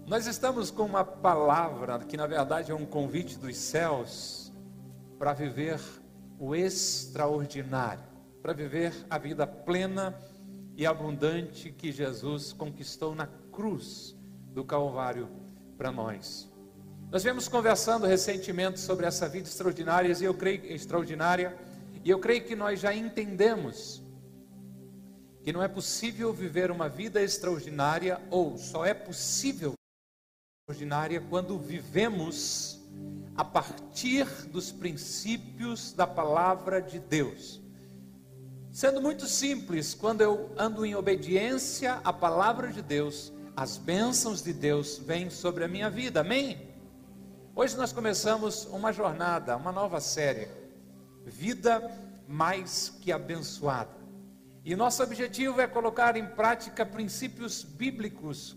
Nós estamos com uma palavra que na verdade é um convite dos céus para viver o extraordinário, para viver a vida plena e abundante que Jesus conquistou na cruz do Calvário para nós. Nós viemos conversando recentemente sobre essa vida extraordinária e eu creio que nós já entendemos que não é possível viver uma vida extraordinária, ou só é possível extraordinária quando vivemos a partir dos princípios da palavra de Deus. Sendo muito simples, quando eu ando em obediência à palavra de Deus, as bênçãos de Deus vêm sobre a minha vida, amém? Hoje nós começamos uma jornada, uma nova série, Vida Mais Que Abençoada. E nosso objetivo é colocar em prática princípios bíblicos.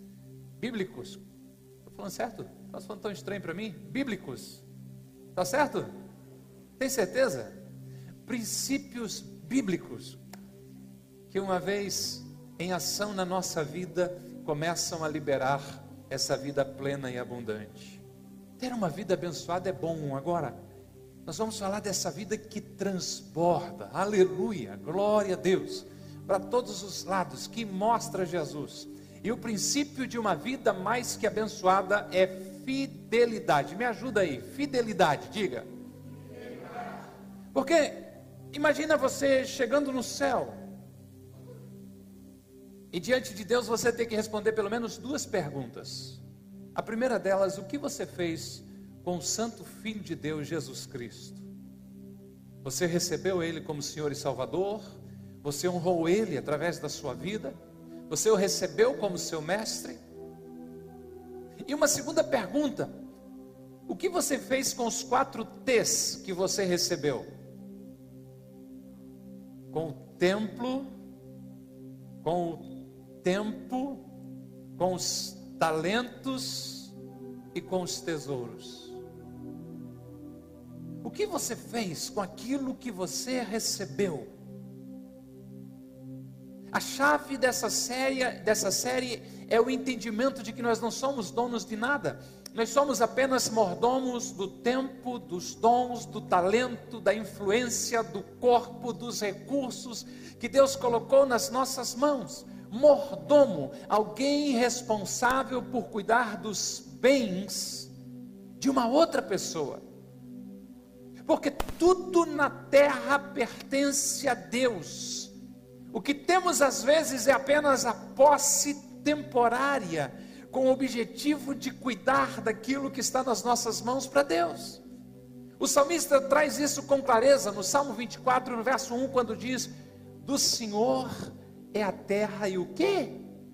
Estou falando certo? Está falando tão estranho para mim? Bíblicos. Está certo? Tem certeza? Princípios bíblicos que uma vez em ação na nossa vida começam a liberar essa vida plena e abundante. Ter uma vida abençoada é bom. Agora nós vamos falar dessa vida que transborda, aleluia, glória a Deus, para todos os lados, que mostra Jesus. E o princípio de uma vida mais que abençoada é fidelidade. Me ajuda aí, fidelidade, diga. Porque imagina você chegando no céu e diante de Deus você tem que responder pelo menos duas perguntas. A primeira delas, o que você fez com o Santo Filho de Deus, Jesus Cristo? Você recebeu Ele como Senhor e Salvador? Você honrou Ele através da sua vida? Você o recebeu como seu mestre? E uma segunda pergunta: o que você fez com os 4 T's que você recebeu? Com o templo, com o tempo, com os talentos e com os tesouros. O que você fez com aquilo que você recebeu? A chave dessa série é o entendimento de que nós não somos donos de nada. Nós somos apenas mordomos do tempo, dos dons, do talento, da influência, do corpo, dos recursos que Deus colocou nas nossas mãos. Mordomo, alguém responsável por cuidar dos bens de uma outra pessoa. Porque tudo na terra pertence a Deus. O que temos às vezes é apenas a posse temporária, com o objetivo de cuidar daquilo que está nas nossas mãos para Deus. O salmista traz isso com clareza no Salmo 24, no verso 1, quando diz: do Senhor é a terra e o quê?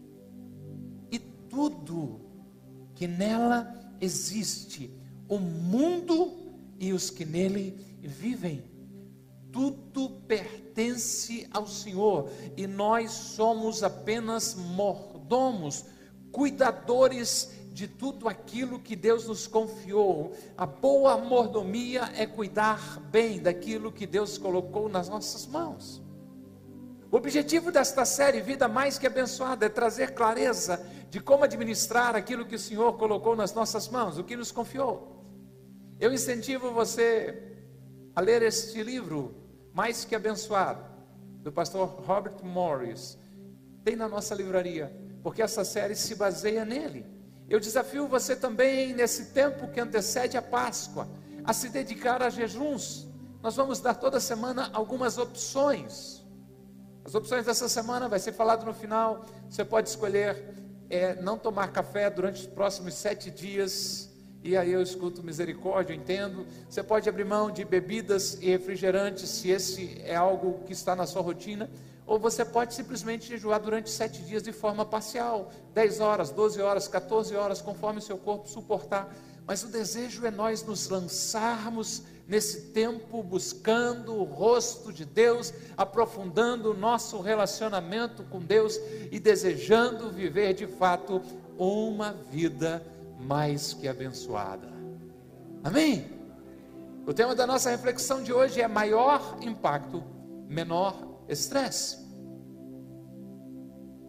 E tudo que nela existe, o mundo e os que nele vivem. Tudo pertence ao Senhor e nós somos apenas mordomos, cuidadores de tudo aquilo que Deus nos confiou. A boa mordomia é cuidar bem daquilo que Deus colocou nas nossas mãos. O objetivo desta série, Vida Mais Que Abençoada, é trazer clareza de como administrar aquilo que o Senhor colocou nas nossas mãos, o que nos confiou. Eu incentivo você a ler este livro, Mais Que Abençoado, do pastor Robert Morris. Tem na nossa livraria, porque essa série se baseia nele. Eu desafio você também, nesse tempo que antecede a Páscoa, a se dedicar a jejuns. Nós vamos dar toda semana algumas opções. As opções dessa semana vai ser falado no final. Você pode escolher não tomar café durante os próximos 7 dias, e aí eu escuto misericórdia, eu entendo. Você pode abrir mão de bebidas e refrigerantes, se esse é algo que está na sua rotina, ou você pode simplesmente jejuar durante 7 dias de forma parcial, 10 horas, 12 horas, 14 horas, conforme o seu corpo suportar. Mas o desejo é nós nos lançarmos nesse tempo, buscando o rosto de Deus, aprofundando o nosso relacionamento com Deus e desejando viver de fato uma vida mais que abençoada. Amém? O tema da nossa reflexão de hoje é maior impacto, menor estresse.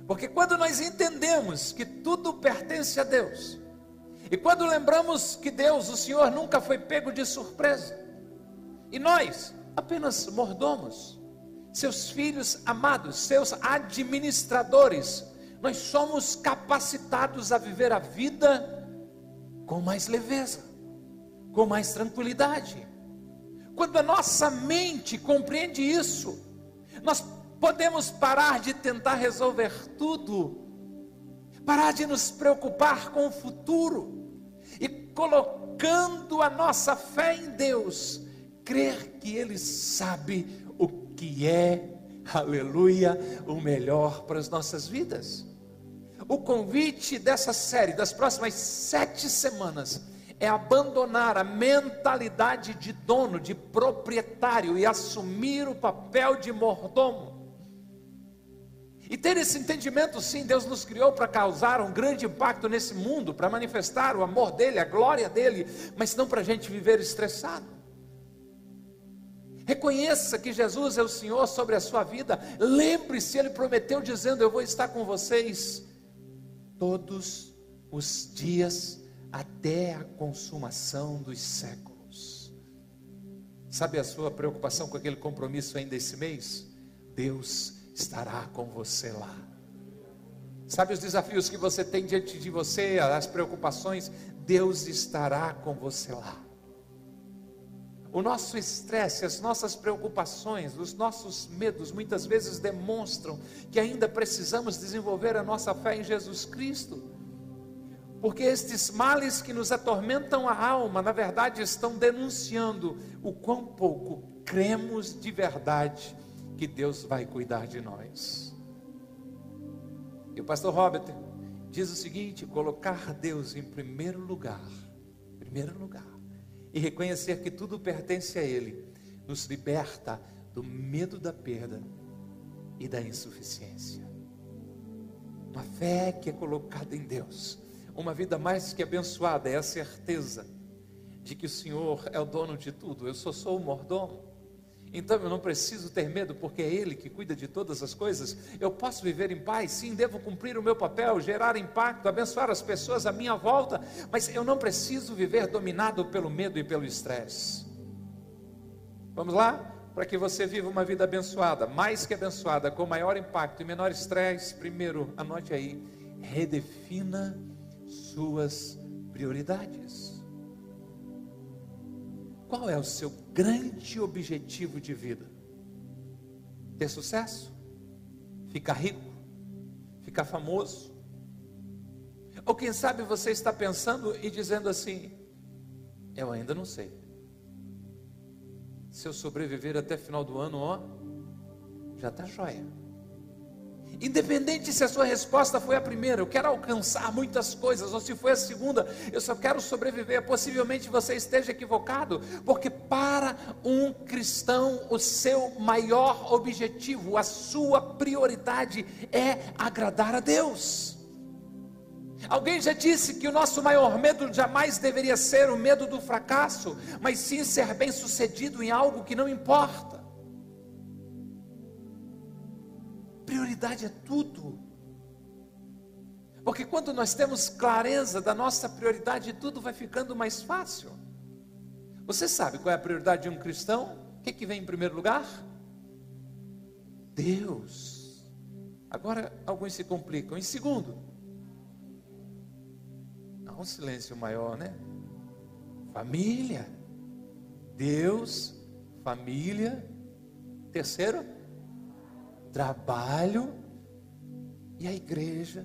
Porque quando nós entendemos que tudo pertence a Deus, e quando lembramos que Deus, o Senhor, nunca foi pego de surpresa, e nós, apenas mordomos, seus filhos amados, seus administradores, nós somos capacitados a viver a vida com mais leveza, com mais tranquilidade. Quando a nossa mente compreende isso, nós podemos parar de tentar resolver tudo, parar de nos preocupar com o futuro, e colocando a nossa fé em Deus, crer que Ele sabe o que é, aleluia, o melhor para as nossas vidas. O convite dessa série, das próximas 7 semanas, é abandonar a mentalidade de dono, de proprietário, e assumir o papel de mordomo. E ter esse entendimento, sim, Deus nos criou para causar um grande impacto nesse mundo, para manifestar o amor dEle, a glória dEle, mas não para a gente viver estressado. Reconheça que Jesus é o Senhor sobre a sua vida. Lembre-se, Ele prometeu dizendo: eu vou estar com vocês todos os dias até a consumação dos séculos. Sabe a sua preocupação com aquele compromisso ainda esse mês? Deus estará com você lá. Sabe os desafios que você tem diante de você, as preocupações? Deus estará com você lá. O nosso estresse, as nossas preocupações, os nossos medos, muitas vezes demonstram que ainda precisamos desenvolver a nossa fé em Jesus Cristo. Porque estes males que nos atormentam a alma, na verdade estão denunciando o quão pouco cremos de verdade que Deus vai cuidar de nós. E o pastor Robert diz o seguinte: colocar Deus em primeiro lugar, e reconhecer que tudo pertence a Ele, nos liberta do medo da perda e da insuficiência. Uma fé que é colocada em Deus, uma vida mais que abençoada, é a certeza de que o Senhor é o dono de tudo. Eu só sou o mordomo, então eu não preciso ter medo, porque é Ele que cuida de todas as coisas. Eu posso viver em paz, sim, devo cumprir o meu papel, gerar impacto, abençoar as pessoas à minha volta, mas eu não preciso viver dominado pelo medo e pelo estresse. Vamos lá? Para que você viva uma vida abençoada, mais que abençoada, com maior impacto e menor estresse, primeiro, anote aí: redefina suas prioridades. Qual é o seu grande objetivo de vida? Ter sucesso? Ficar rico? Ficar famoso? Ou quem sabe você está pensando e dizendo assim: eu ainda não sei. Se eu sobreviver até final do ano, ó, já está jóia. Independente se a sua resposta foi a primeira, eu quero alcançar muitas coisas, ou se foi a segunda, eu só quero sobreviver, possivelmente você esteja equivocado, porque para um cristão, o seu maior objetivo, a sua prioridade é agradar a Deus. Alguém já disse que o nosso maior medo jamais deveria ser o medo do fracasso, mas sim ser bem sucedido em algo que não importa. Prioridade é tudo, porque quando nós temos clareza da nossa prioridade, tudo vai ficando mais fácil. Você sabe qual é a prioridade de um cristão? O que vem em primeiro lugar? Deus. Agora alguns se complicam. Em segundo, há um silêncio maior, né? Família. Deus, família. Terceiro, trabalho e a igreja.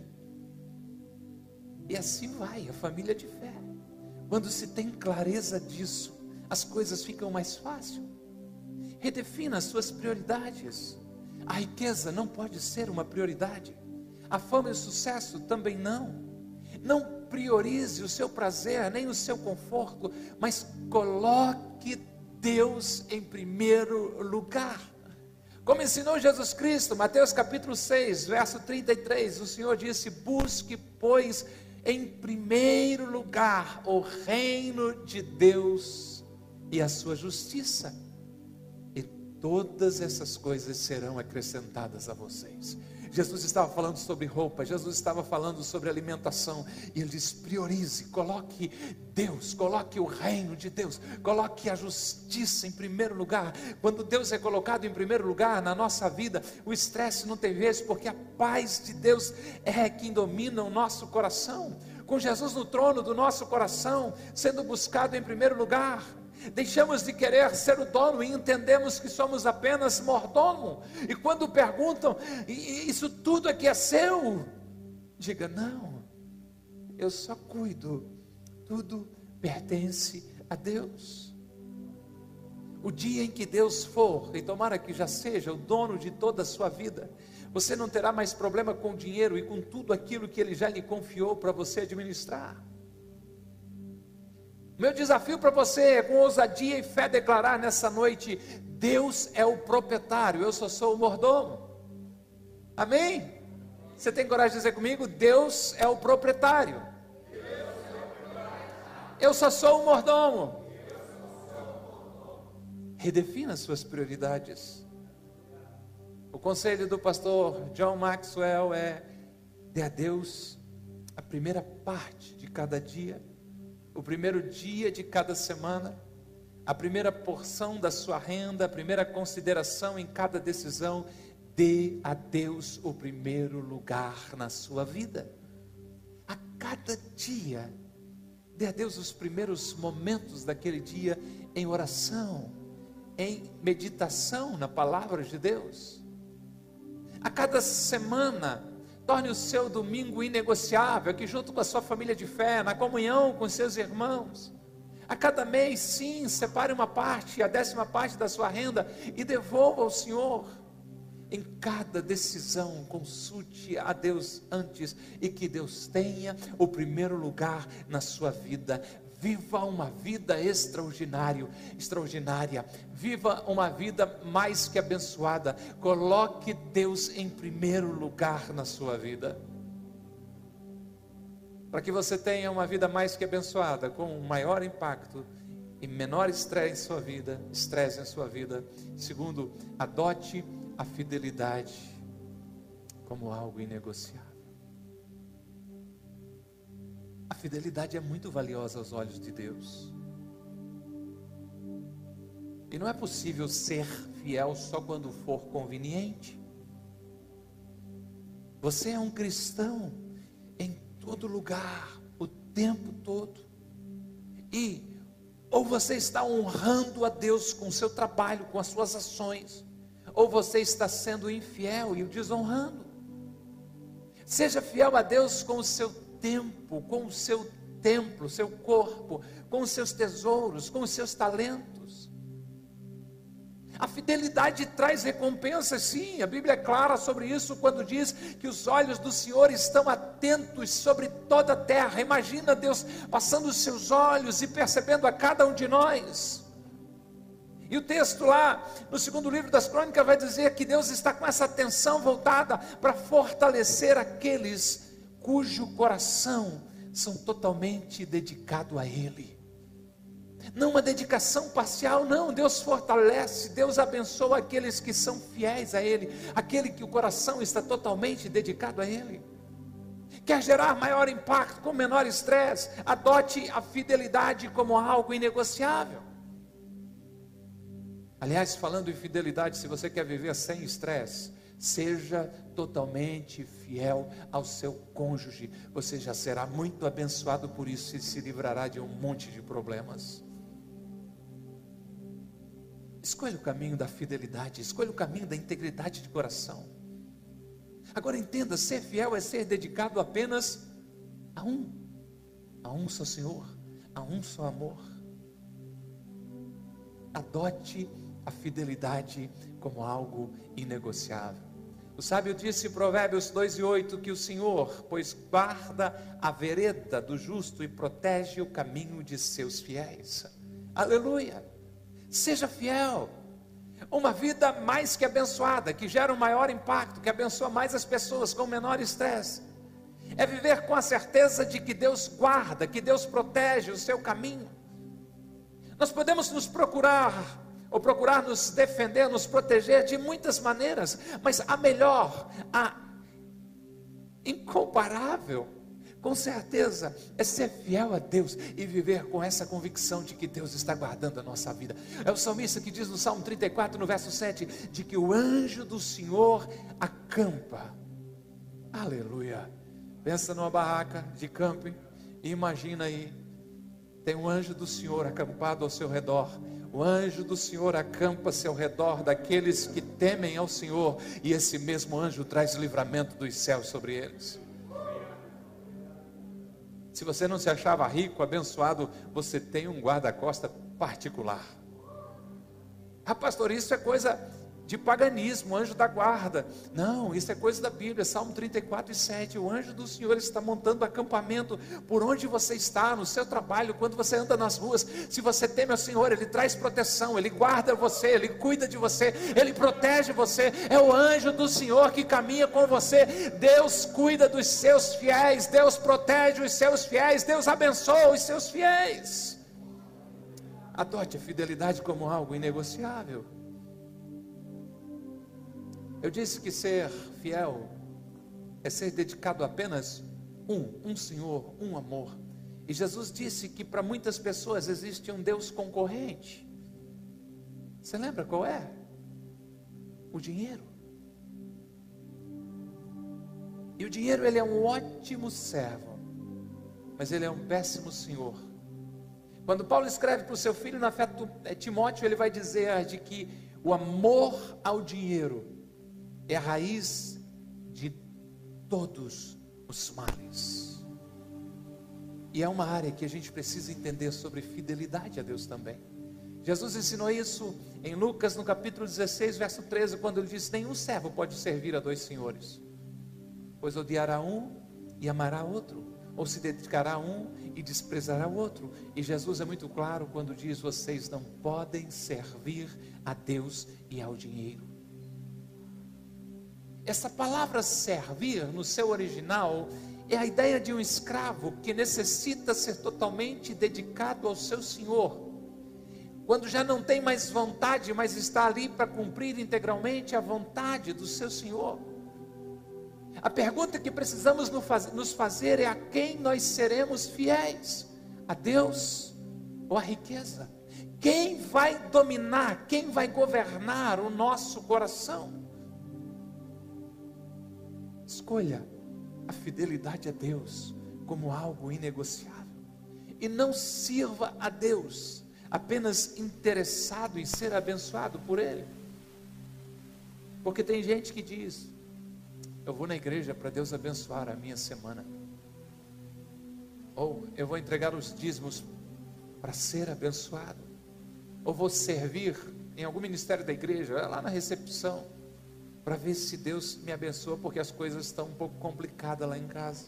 E assim vai, a família de fé. Quando se tem clareza disso, as coisas ficam mais fáceis. Redefina as suas prioridades. A riqueza não pode ser uma prioridade. A fama e o sucesso também não. Não priorize o seu prazer, nem o seu conforto, mas coloque Deus em primeiro lugar. Como ensinou Jesus Cristo, Mateus capítulo 6, verso 33, o Senhor disse: busque, pois, em primeiro lugar o reino de Deus e a sua justiça, e todas essas coisas serão acrescentadas a vocês. Jesus estava falando sobre roupa, Jesus estava falando sobre alimentação, e ele diz: priorize, coloque Deus, coloque o reino de Deus, coloque a justiça em primeiro lugar. Quando Deus é colocado em primeiro lugar na nossa vida, o estresse não tem vez, porque a paz de Deus é quem domina o nosso coração. Com Jesus no trono do nosso coração, sendo buscado em primeiro lugar, deixamos de querer ser o dono e entendemos que somos apenas mordomo. E quando perguntam: isso tudo aqui é seu? Diga: não, eu só cuido, tudo pertence a Deus. O dia em que Deus for, e tomara que já seja, o dono de toda a sua vida, você não terá mais problema com o dinheiro e com tudo aquilo que Ele já lhe confiou para você administrar. Meu desafio para você é, com ousadia e fé, declarar nessa noite: Deus é o proprietário, eu só sou o mordomo. Amém? Você tem coragem de dizer comigo? Deus é o proprietário, eu só sou o mordomo. Redefina suas prioridades. O conselho do pastor John Maxwell é: dê a Deus a primeira parte de cada dia, o primeiro dia de cada semana, a primeira porção da sua renda, a primeira consideração em cada decisão. Dê a Deus o primeiro lugar na sua vida. A cada dia, dê a Deus os primeiros momentos daquele dia em oração, em meditação na palavra de Deus. A cada semana, torne o seu domingo inegociável, aqui junto com a sua família de fé, na comunhão com seus irmãos. A cada mês, sim, separe uma parte, a 10ª parte da sua renda, e devolva ao Senhor. Em cada decisão, consulte a Deus antes, e que Deus tenha o primeiro lugar na sua vida. Viva uma vida extraordinária, viva uma vida mais que abençoada. Coloque Deus em primeiro lugar na sua vida, para que você tenha uma vida mais que abençoada, com um maior impacto e menor estresse em sua vida. Segundo, adote a fidelidade como algo inegociável. A fidelidade é muito valiosa aos olhos de Deus. E não é possível ser fiel só quando for conveniente. Você é um cristão em todo lugar, o tempo todo. E ou você está honrando a Deus com o seu trabalho, com as suas ações, ou você está sendo infiel e o desonrando. Seja fiel a Deus com o seu tempo, com o seu templo, seu corpo, com os seus tesouros, com os seus talentos. A fidelidade traz recompensa, sim. A Bíblia é clara sobre isso quando diz que os olhos do Senhor estão atentos sobre toda a terra. Imagina Deus passando os seus olhos e percebendo a cada um de nós. E o texto lá no 2º livro das Crônicas vai dizer que Deus está com essa atenção voltada para fortalecer aqueles cujo coração são totalmente dedicado a Ele. Não uma dedicação parcial, não. Deus fortalece, Deus abençoa aqueles que são fiéis a Ele, aquele que o coração está totalmente dedicado a Ele. Quer gerar maior impacto, com menor estresse? Adote a fidelidade como algo inegociável. Aliás, falando em fidelidade, se você quer viver sem estresse, seja totalmente fiel ao seu cônjuge. Você já será muito abençoado por isso e se livrará de um monte de problemas. Escolha o caminho da fidelidade, escolha o caminho da integridade de coração. Agora entenda, ser fiel é ser dedicado apenas a um só Senhor, a um só amor. Adote a fidelidade como algo inegociável. O sábio disse em Provérbios 2:8 que o Senhor, pois guarda a vereda do justo e protege o caminho de seus fiéis. Aleluia! Seja fiel. Uma vida mais que abençoada, que gera um maior impacto, que abençoa mais as pessoas com menor estresse, é viver com a certeza de que Deus guarda, que Deus protege o seu caminho. Nós podemos nos procurar nos defender, nos proteger de muitas maneiras, mas a melhor, a incomparável. Com certeza, é ser fiel a Deus e viver com essa convicção de que Deus está guardando a nossa vida. É o salmista que diz no Salmo 34, no verso 7, de que o anjo do Senhor acampa. Aleluia. Pensa numa barraca de camping e imagina aí, tem um anjo do Senhor acampado ao seu redor. O anjo do Senhor acampa-se ao redor daqueles que temem ao Senhor, e esse mesmo anjo traz livramento dos céus sobre eles. Se você não se achava rico, abençoado, você tem um guarda-costas particular. Ah, pastor, isso é coisa de paganismo, anjo da guarda. Não, isso é coisa da Bíblia. Salmo 34, 7. O anjo do Senhor está montando acampamento por onde você está, no seu trabalho, quando você anda nas ruas. Se você teme ao Senhor, Ele traz proteção, Ele guarda você, Ele cuida de você, Ele protege você. É o anjo do Senhor que caminha com você. Deus cuida dos seus fiéis, Deus protege os seus fiéis, Deus abençoa os seus fiéis. Adote a fidelidade como algo inegociável. Eu disse que ser fiel é ser dedicado a apenas um Senhor, um amor. E Jesus disse que para muitas pessoas existe um Deus concorrente. Você lembra qual é? O dinheiro. E o dinheiro, ele é um ótimo servo, mas ele é um péssimo senhor. Quando Paulo escreve para o seu filho na fé, Timóteo, ele vai dizer de que o amor ao dinheiro é a raiz de todos os males. E é uma área que a gente precisa entender sobre fidelidade a Deus também. Jesus ensinou isso em Lucas, no capítulo 16, verso 13, quando ele disse: nenhum servo pode servir a dois senhores, pois odiará um e amará outro, ou se dedicará a um e desprezará o outro. E Jesus é muito claro quando diz: vocês não podem servir a Deus e ao dinheiro. Essa palavra servir, no seu original, é a ideia de um escravo que necessita ser totalmente dedicado ao seu senhor. Quando já não tem mais vontade, mas está ali para cumprir integralmente a vontade do seu senhor. A pergunta que precisamos nos fazer é: a quem nós seremos fiéis? A Deus ou a riqueza? Quem vai dominar, quem vai governar o nosso coração? Escolha a fidelidade a Deus como algo inegociável. E não sirva a Deus apenas interessado em ser abençoado por Ele. Porque tem gente que diz: eu vou na igreja para Deus abençoar a minha semana. Ou eu vou entregar os dízimos para ser abençoado. Ou vou servir em algum ministério da igreja, lá na recepção, para ver se Deus me abençoa, porque as coisas estão um pouco complicadas lá em casa.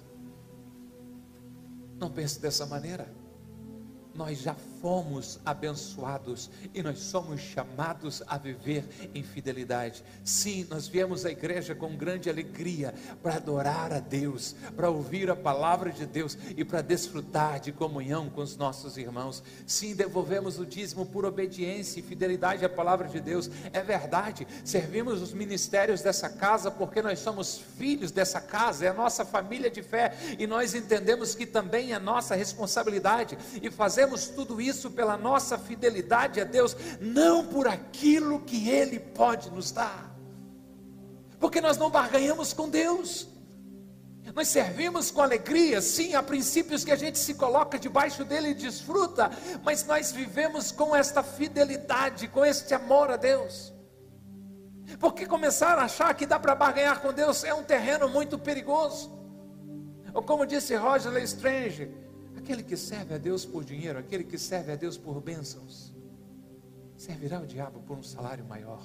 Não pense dessa maneira. Nós já fomos abençoados e nós somos chamados a viver em fidelidade. Sim, nós viemos à igreja com grande alegria para adorar a Deus, para ouvir a palavra de Deus e para desfrutar de comunhão com os nossos irmãos. Sim, devolvemos o dízimo por obediência e fidelidade à palavra de Deus. É verdade, servimos os ministérios dessa casa porque nós somos filhos dessa casa, é a nossa família de fé, e nós entendemos que também é nossa responsabilidade, e fazemos tudo isso pela nossa fidelidade a Deus, não por aquilo que Ele pode nos dar, porque nós não barganhamos com Deus. Nós servimos com alegria, sim, há princípios que a gente se coloca debaixo dele e desfruta, mas nós vivemos com esta fidelidade, com este amor a Deus. Porque começar a achar que dá para barganhar com Deus é um terreno muito perigoso. Ou como disse Roger Lestrange: aquele que serve a Deus por dinheiro, aquele que serve a Deus por bênçãos, servirá o diabo por um salário maior.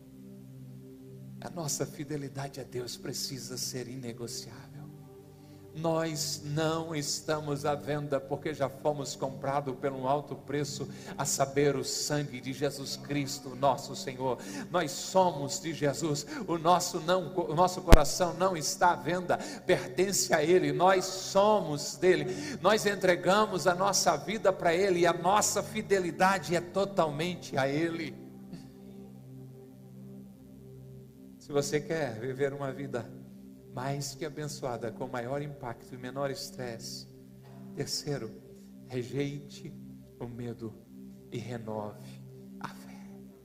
A nossa fidelidade a Deus precisa ser inegociável. Nós não estamos à venda, porque já fomos comprados por um alto preço, a saber, o sangue de Jesus Cristo, nosso Senhor. Nós somos de Jesus, o nosso coração não está à venda, pertence a Ele, nós somos dele, nós entregamos a nossa vida para Ele, e a nossa fidelidade é totalmente a Ele. Se você quer viver uma vida mais que abençoada, com maior impacto e menor estresse. Terceiro, rejeite o medo e renove a fé.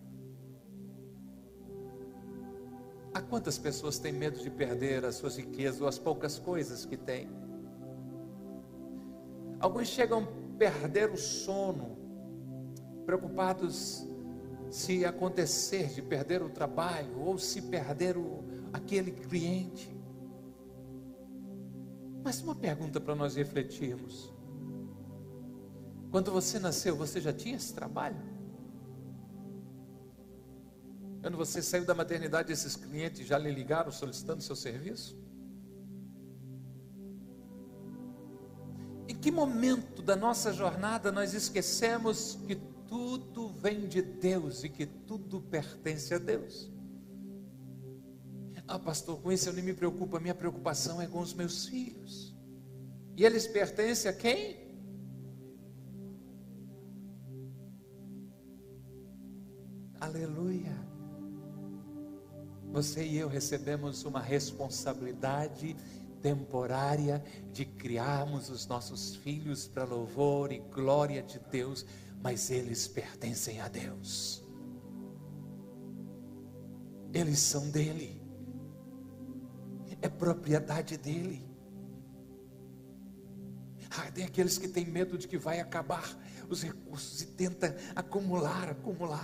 Há quantas pessoas têm medo de perder as suas riquezas ou as poucas coisas que têm? Alguns chegam a perder o sono, preocupados se acontecer de perder o trabalho ou se perder aquele cliente. Mas uma pergunta para nós refletirmos: quando você nasceu, você já tinha esse trabalho? Quando você saiu da maternidade, esses clientes já lhe ligaram solicitando seu serviço? Em que momento da nossa jornada nós esquecemos que tudo vem de Deus e que tudo pertence a Deus? Ah, pastor, com isso eu nem me preocupo, a minha preocupação é com os meus filhos. E eles pertencem a quem? Aleluia. Você e eu recebemos uma responsabilidade temporária de criarmos os nossos filhos para louvor e glória de Deus, mas eles pertencem a Deus. Eles são dele. É propriedade dele. Tem aqueles que têm medo de que vai acabar os recursos e tenta acumular.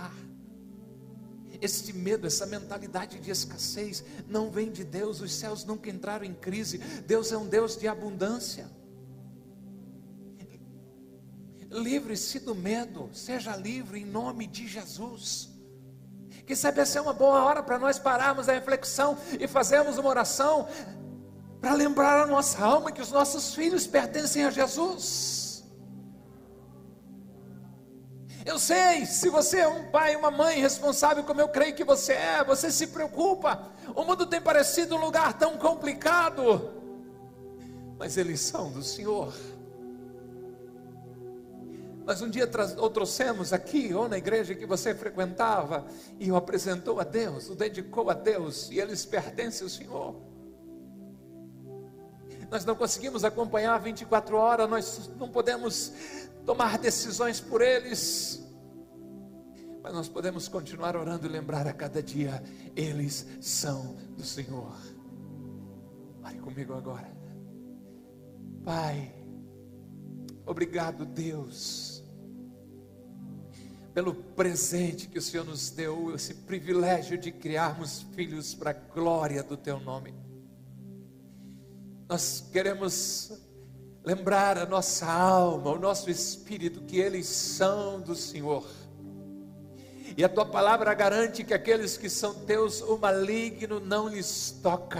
Esse medo, essa mentalidade de escassez não vem de Deus. Os céus nunca entraram em crise. Deus é um Deus de abundância. Livre-se do medo, seja livre em nome de Jesus. Quem sabe essa é uma boa hora para nós pararmos a reflexão e fazermos uma oração para lembrar a nossa alma que os nossos filhos pertencem a Jesus. Eu sei, se você é um pai, uma mãe responsável, como eu creio que você é, você se preocupa. O mundo tem parecido um lugar tão complicado, mas eles são do Senhor. Nós um dia o trouxemos aqui, ou na igreja que você frequentava, e o apresentou a Deus, o dedicou a Deus, e eles pertencem ao Senhor. Nós não conseguimos acompanhar 24 horas, nós não podemos tomar decisões por eles, mas nós podemos continuar orando e lembrar a cada dia: eles são do Senhor. Ore comigo agora. Pai, obrigado, Deus, pelo presente que o Senhor nos deu, esse privilégio de criarmos filhos para a glória do Teu nome. Nós queremos lembrar a nossa alma, o nosso espírito, que eles são do Senhor. E a Tua palavra garante que aqueles que são Teus, o maligno não lhes toca.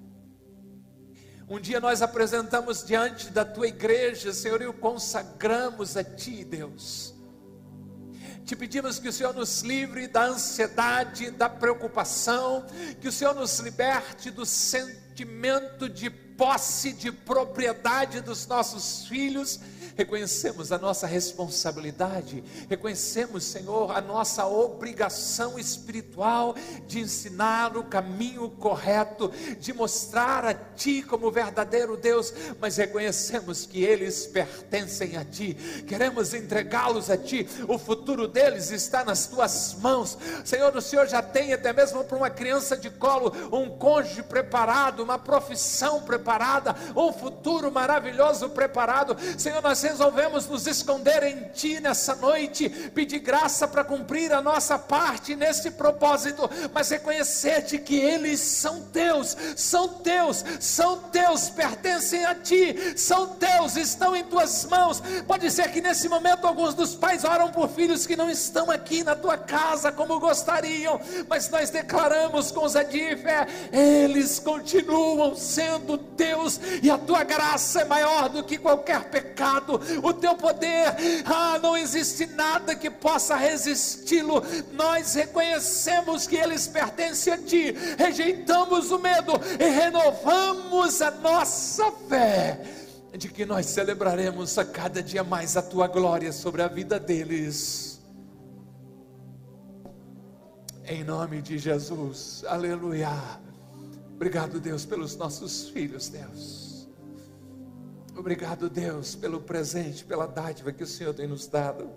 Um dia nós apresentamos diante da Tua igreja, Senhor, e o consagramos a Ti, Deus. Te pedimos que o Senhor nos livre da ansiedade, da preocupação, que o Senhor nos liberte do sentimento de posse, de propriedade dos nossos filhos. Reconhecemos a nossa responsabilidade, reconhecemos, Senhor, a nossa obrigação espiritual de ensinar o caminho correto, de mostrar a Ti como verdadeiro Deus, mas reconhecemos que eles pertencem a Ti, queremos entregá-los a Ti, o futuro deles está nas Tuas mãos. Senhor, o Senhor já tem até mesmo para uma criança de colo um cônjuge preparado, uma profissão preparada, um futuro maravilhoso preparado. Senhor, nós resolvemos nos esconder em Ti nessa noite, pedir graça para cumprir a nossa parte nesse propósito, mas reconhecer-te que eles são Teus, pertencem a Ti, são Teus, estão em Tuas mãos. Pode ser que nesse momento alguns dos pais oram por filhos que não estão aqui na Tua casa como gostariam, mas nós declaramos com ousadia e fé: eles continuam sendo Teus, e a Tua graça é maior do que qualquer pecado. O Teu poder, não existe nada que possa resisti-lo. Nós reconhecemos que eles pertencem a Ti, rejeitamos o medo e renovamos a nossa fé de que nós celebraremos a cada dia mais a Tua glória sobre a vida deles, em nome de Jesus. Aleluia. Obrigado, Deus, pelos nossos filhos, Deus. Obrigado, Deus, pelo presente, pela dádiva que o Senhor tem nos dado.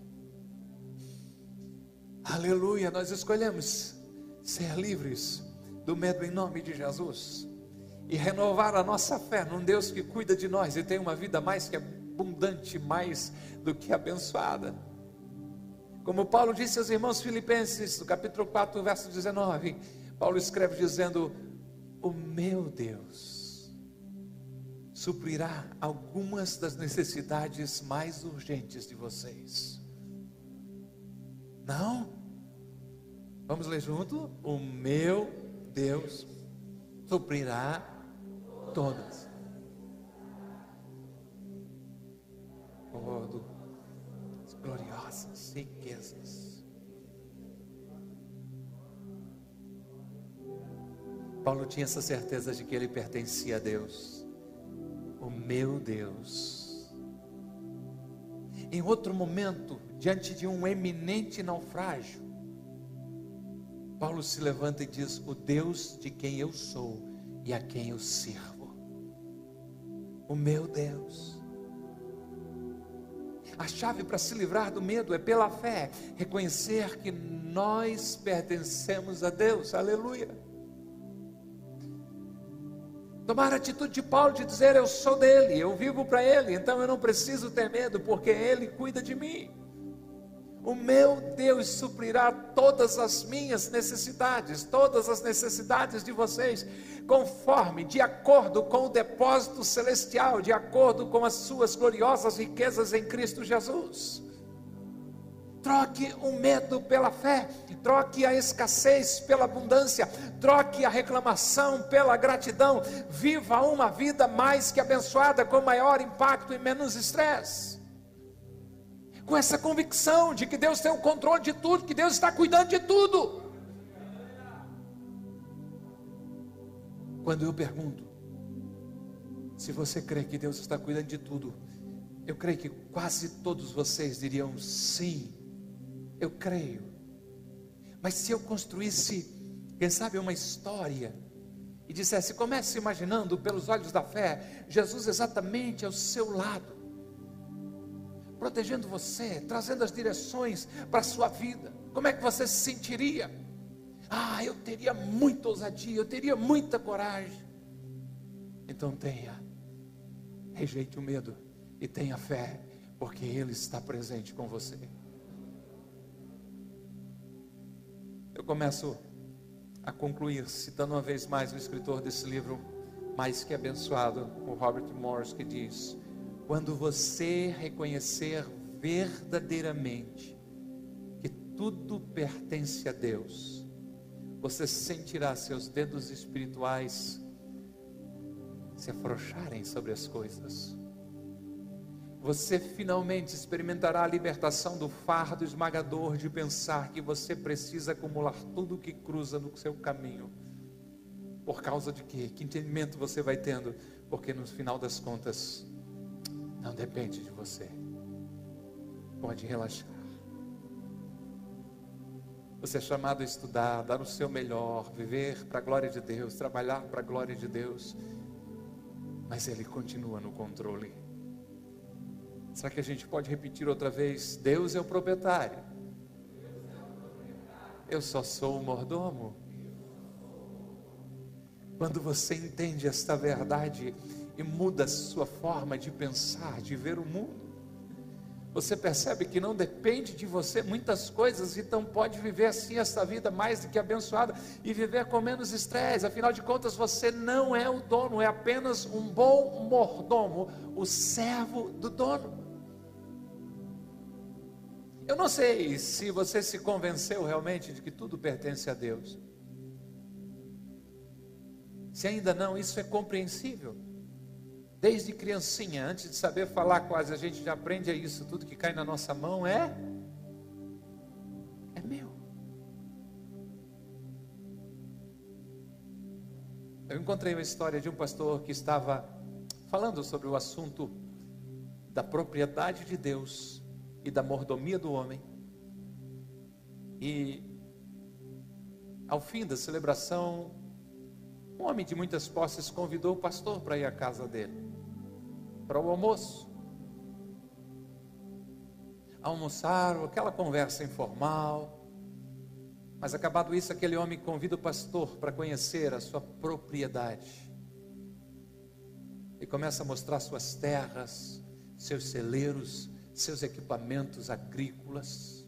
Aleluia, nós escolhemos ser livres do medo em nome de Jesus e renovar a nossa fé num Deus que cuida de nós e tem uma vida mais que abundante, mais do que abençoada. Como Paulo disse aos irmãos filipenses, no capítulo 4, verso 19, Paulo escreve dizendo: o meu Deus suprirá algumas das necessidades mais urgentes de vocês. Não? Vamos ler junto? O meu Deus suprirá todas. Todas as gloriosas riquezas. Paulo tinha essa certeza de que ele pertencia a Deus. O meu Deus. Em outro momento, diante de um eminente naufrágio, Paulo se levanta e diz: o Deus de quem eu sou e a quem eu sirvo. O meu Deus. A chave para se livrar do medo é pela fé, reconhecer que nós pertencemos a Deus. Aleluia. Tomar a atitude de Paulo de dizer: eu sou dele, eu vivo para ele, então eu não preciso ter medo, porque ele cuida de mim. O meu Deus suprirá todas as minhas necessidades, todas as necessidades de vocês, conforme, de acordo com o depósito celestial, de acordo com as suas gloriosas riquezas em Cristo Jesus. Troque o medo pela fé, troque a escassez pela abundância, troque a reclamação pela gratidão, viva uma vida mais que abençoada, com maior impacto e menos estresse. Com essa convicção de que Deus tem o controle de tudo, que Deus está cuidando de tudo. Quando eu pergunto se você crê que Deus está cuidando de tudo, eu creio que quase todos vocês diriam: sim, eu creio. Mas se eu construísse, quem sabe, uma história e dissesse: comece imaginando pelos olhos da fé, Jesus exatamente ao seu lado, protegendo você, trazendo as direções para a sua vida, como é que você se sentiria? Ah, eu teria muita ousadia, eu teria muita coragem. Então rejeite o medo e tenha fé, porque Ele está presente com você. Eu começo a concluir citando uma vez mais o escritor desse livro mais que abençoado, o Robert Morris, que diz: quando você reconhecer verdadeiramente que tudo pertence a Deus, você sentirá seus dedos espirituais se afrouxarem sobre as coisas. Você finalmente experimentará a libertação do fardo esmagador de pensar que você precisa acumular tudo que cruza no seu caminho. Por causa de quê? Que entendimento você vai tendo? Porque no final das contas, não depende de você. Pode relaxar. Você é chamado a estudar, dar o seu melhor, viver para a glória de Deus, trabalhar para a glória de Deus. Mas Ele continua no controle. Será que a gente pode repetir outra vez? Deus é o proprietário. Eu só sou o mordomo. Quando você entende esta verdade e muda a sua forma de pensar, de ver o mundo, você percebe que não depende de você muitas coisas, então pode viver assim esta vida mais do que abençoada e viver com menos estresse. Afinal de contas, você não é o dono, é apenas um bom mordomo, o servo do dono. Eu não sei se você se convenceu realmente de que tudo pertence a Deus. Se ainda não, isso é compreensível. Desde criancinha, antes de saber falar quase, a gente já aprende a isso. Tudo que cai na nossa mão é meu. Eu encontrei uma história de um pastor que estava falando sobre o assunto da propriedade de Deus e da mordomia do homem. E ao fim da celebração, Um homem de muitas posses convidou o pastor para ir à casa dele, para o almoço. Almoçaram, aquela conversa informal. Mas acabado isso, aquele homem convida o pastor para conhecer a sua propriedade. E começa a mostrar suas terras, seus celeiros, seus equipamentos agrícolas.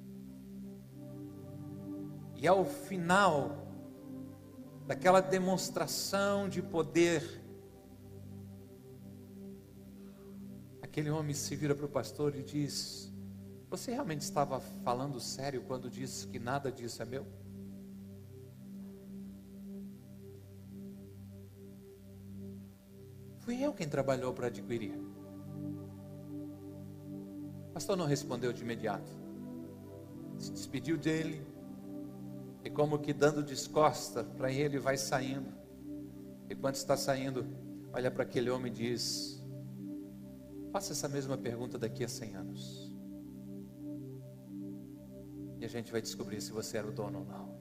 E ao final daquela demonstração de poder, aquele homem se vira para o pastor e diz: você realmente estava falando sério quando disse que nada disso é meu? Fui eu quem trabalhou para adquirir. O pastor não respondeu de imediato. Se despediu dele. E como que dando descosta para ele, vai saindo. E quando está saindo, olha para aquele homem e diz: faça essa mesma pergunta daqui a 100 anos. E a gente vai descobrir se você era o dono ou não.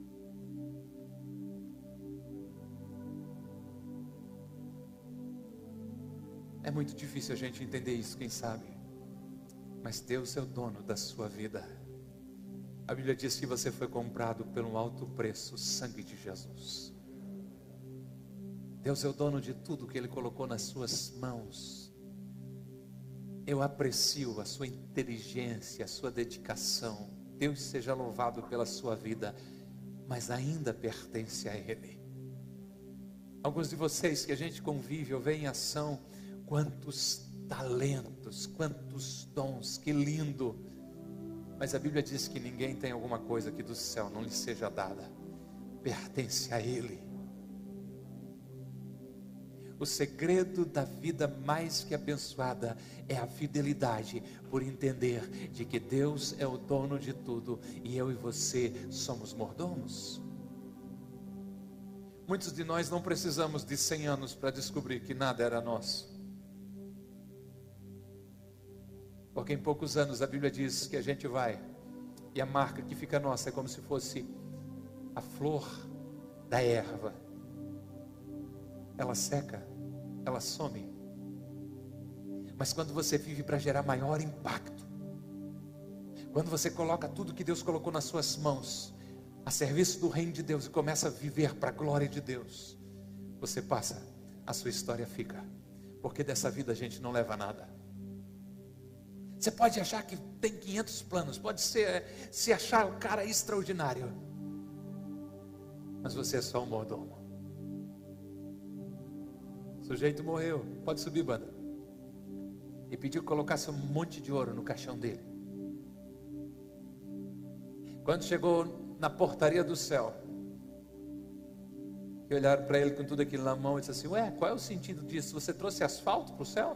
É muito difícil a gente entender isso, quem sabe? Mas Deus é o dono da sua vida. A Bíblia diz que você foi comprado por um alto preço, o sangue de Jesus. Deus é o dono de tudo que Ele colocou nas suas mãos. Eu aprecio a sua inteligência, a sua dedicação. Deus seja louvado pela sua vida, mas ainda pertence a Ele. Alguns de vocês que a gente convive ou vê em ação, quantos talentos, quantos dons, que lindo. Mas a Bíblia diz que ninguém tem alguma coisa que do céu não lhe seja dada. Pertence a Ele. O segredo da vida mais que abençoada é a fidelidade, por entender de que Deus é o dono de tudo e eu e você somos mordomos. Muitos de nós não precisamos de 100 anos para descobrir que nada era nosso. Porque em poucos anos a Bíblia diz que a gente vai, e a marca que fica nossa é como se fosse a flor da erva. Ela seca, ela some. Mas quando você vive para gerar maior impacto, quando você coloca tudo que Deus colocou nas suas mãos a serviço do reino de Deus e começa a viver para a glória de Deus, você passa, a sua história fica. Porque dessa vida a gente não leva nada. Você pode achar que tem 500 planos, pode ser, se achar o cara extraordinário, mas você é só um mordomo. O sujeito morreu, pode subir, banda, e pediu que colocasse um monte de ouro no caixão dele. Quando chegou na portaria do céu, que olharam para ele com tudo aquilo na mão e disse assim: ué, qual é o sentido disso? Você trouxe asfalto para o céu?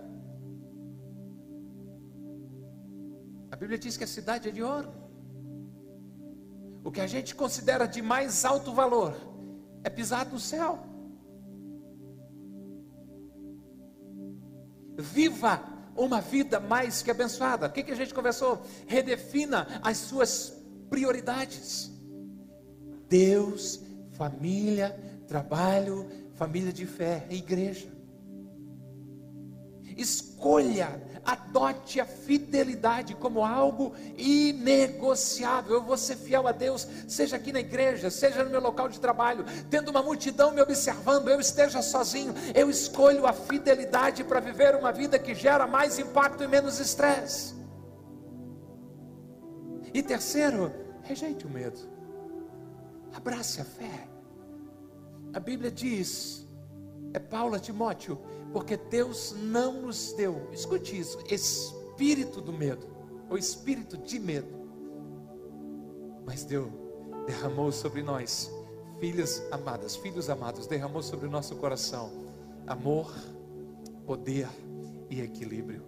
A Bíblia diz que a cidade é de ouro. O que a gente considera de mais alto valor é pisado no céu. Viva uma vida mais que abençoada. O que a gente conversou? Redefina as suas prioridades. Deus, família, trabalho, família de fé, igreja. Escolha, adote a fidelidade como algo inegociável. Eu vou ser fiel a Deus, seja aqui na igreja, seja no meu local de trabalho, tendo uma multidão me observando, eu esteja sozinho, eu escolho a fidelidade para viver uma vida que gera mais impacto e menos estresse. E terceiro, rejeite o medo, abrace a fé. A Bíblia diz, é Paulo a Timóteo, porque Deus não nos deu, escute isso, espírito do medo, ou espírito de medo, mas Deus derramou sobre nós, filhos amados, derramou sobre o nosso coração, amor, poder e equilíbrio.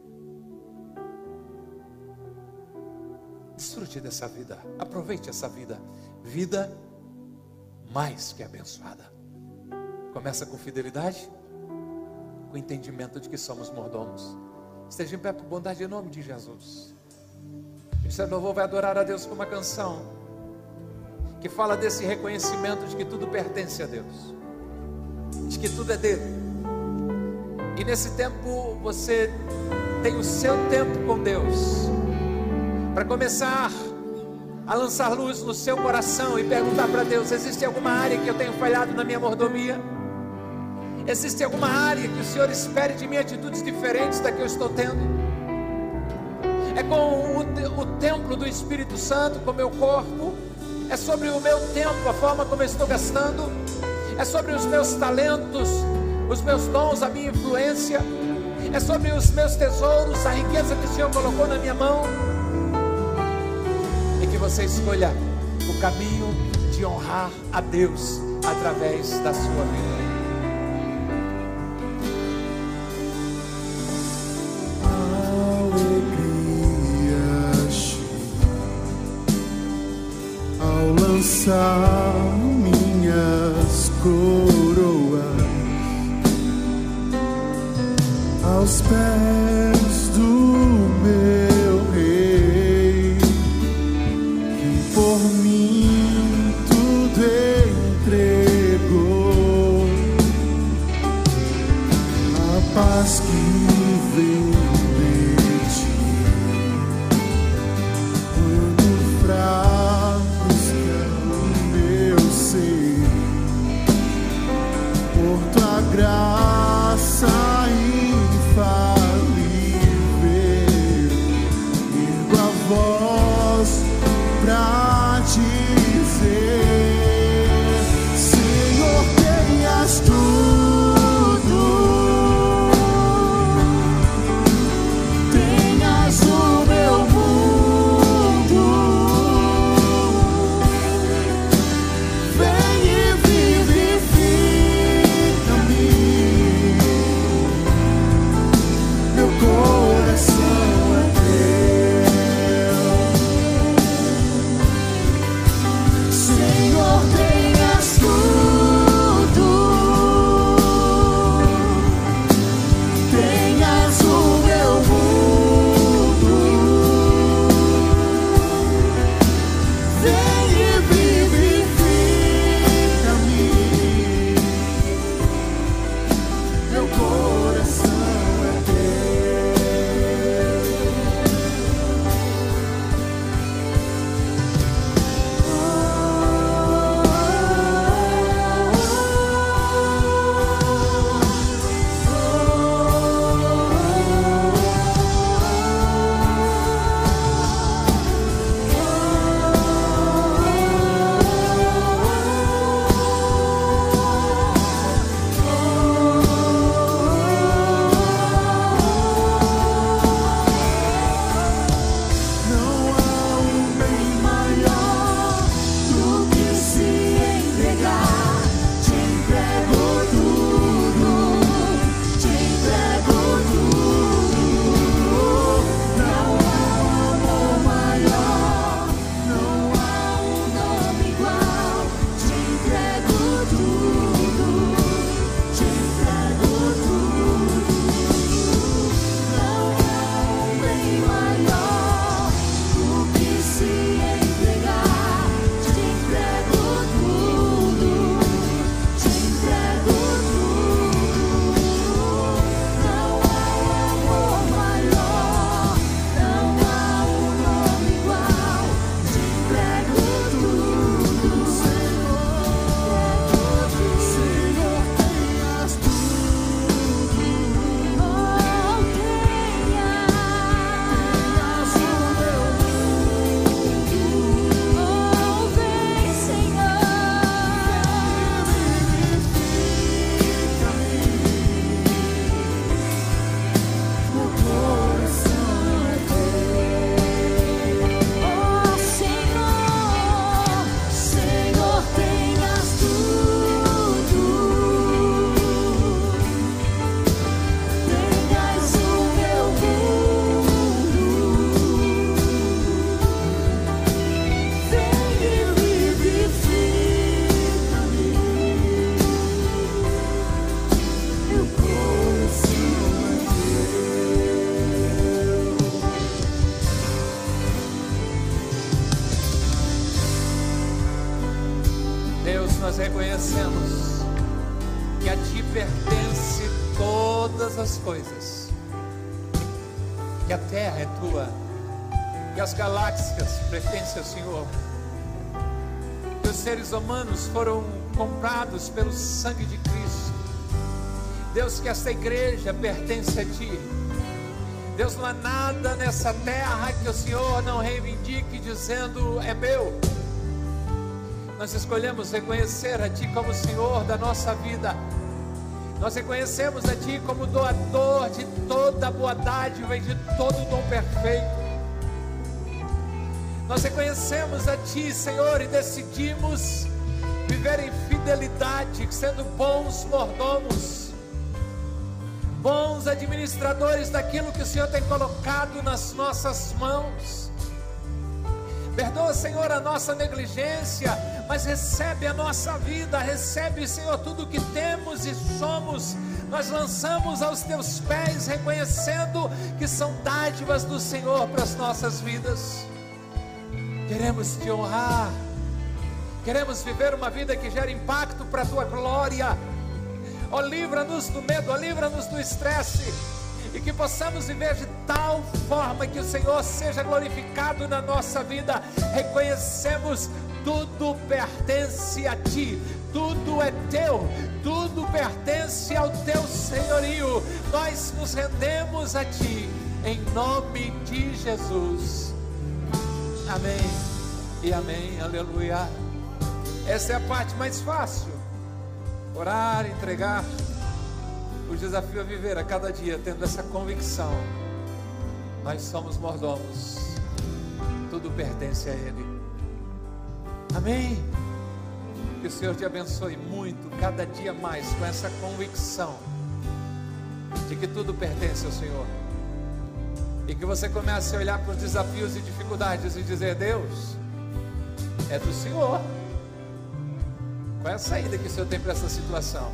Desfrute dessa vida, aproveite essa vida, vida mais que abençoada. Começa com fidelidade, com o entendimento de que somos mordomos. Esteja em pé por bondade em nome de Jesus. O Ministério Louvor vai adorar a Deus com uma canção que fala desse reconhecimento de que tudo pertence a Deus. de que tudo é dele. E nesse tempo você tem o seu tempo com Deus, para começar a lançar luz no seu coração e perguntar para Deus: existe alguma área que eu tenho falhado na minha mordomia? Existe alguma área que o Senhor espere de mim atitudes diferentes da que eu estou tendo? É com o templo do Espírito Santo, com o meu corpo? É sobre o meu tempo, a forma como eu estou gastando? É sobre os meus talentos, os meus dons, a minha influência? É sobre os meus tesouros, a riqueza que o Senhor colocou na minha mão? E que você escolha o caminho de honrar a Deus através da sua vida. Lançar minhas coroas aos pés do meu Rei, que por mim tudo entregou. A paz que vem de ti, quando fraco por tua graça infalível, ergo a voz pra dizer: Senhor, tenhas tudo, tenhas o meu mundo, vem e coração é teu. Senhor, tenhas tudo, tenhas o meu mundo, vem e vivifica-me, meu coração é teu. Deus, nós reconhecemos que a ti pertence todas as coisas, que a terra é tua, que as galáxias pertencem ao Senhor, que os seres humanos foram comprados pelo sangue de Cristo. Deus, que esta igreja pertence a ti. Deus, não há nada nessa terra que o Senhor não reivindique dizendo: é meu. Nós escolhemos reconhecer a ti como Senhor da nossa vida. Nós reconhecemos a ti como doador de toda boa dádiva e de todo dom perfeito. Nós reconhecemos a ti, Senhor, e decidimos viver em fidelidade, sendo bons mordomos, bons administradores daquilo que o Senhor tem colocado nas nossas mãos. Perdoa, Senhor, a nossa negligência, mas recebe a nossa vida, recebe, Senhor, tudo que temos e somos. Nós lançamos aos teus pés, reconhecendo que são dádivas do Senhor para as nossas vidas. Queremos te honrar, queremos viver uma vida que gera impacto para a tua glória. Ó, livra-nos do medo, ó, livra-nos do estresse, e que possamos viver de tal forma que o Senhor seja glorificado na nossa vida. Reconhecemos: tudo pertence a ti, tudo é teu, tudo pertence ao teu senhorio. Nós nos rendemos a ti, em nome de Jesus. Amém e amém, aleluia. Essa é a parte mais fácil: orar, entregar. O desafio é viver a cada dia tendo essa convicção: nós somos mordomos, tudo pertence a Ele. Amém. Que o Senhor te abençoe muito, cada dia mais, com essa convicção de que tudo pertence ao Senhor, e que você comece a olhar para os desafios e dificuldades e dizer: Deus, é do Senhor. Qual é a saída que o Senhor tem para essa situação?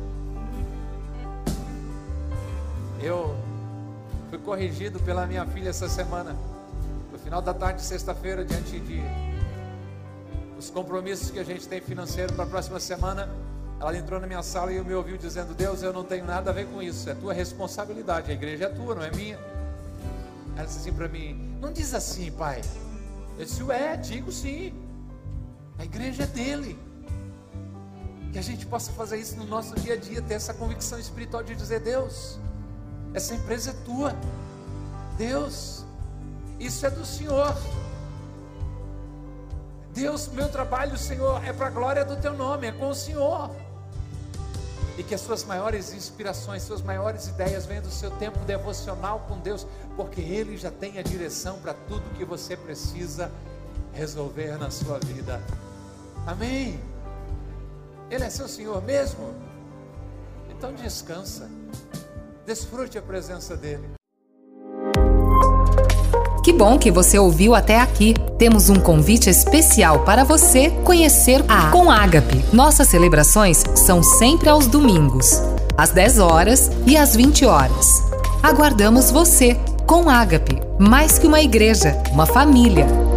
Eu fui corrigido pela minha filha essa semana, no final da tarde de sexta-feira, diante de os compromissos que a gente tem financeiro para a próxima semana. Ela entrou na minha sala e me ouviu dizendo: Deus, eu não tenho nada a ver com isso, é tua responsabilidade, a igreja é tua, não é minha. Ela disse assim para mim: não diz assim, pai. Eu disse: digo sim, a igreja é dele. Que a gente possa fazer isso no nosso dia a dia, ter essa convicção espiritual de dizer: Deus, essa empresa é tua, Deus, isso é do Senhor. Deus, meu trabalho, Senhor, é para a glória do teu nome, é com o Senhor. E que as suas maiores inspirações, suas maiores ideias venham do seu tempo devocional com Deus, porque Ele já tem a direção para tudo que você precisa resolver na sua vida. Amém? Ele é seu Senhor mesmo? Então descansa, desfrute a presença dEle. Que bom que você ouviu até aqui. Temos um convite especial para você conhecer a Com Ágape. Nossas celebrações são sempre aos domingos, às 10 horas e às 20 horas. Aguardamos você. Com Ágape, mais que uma igreja, uma família.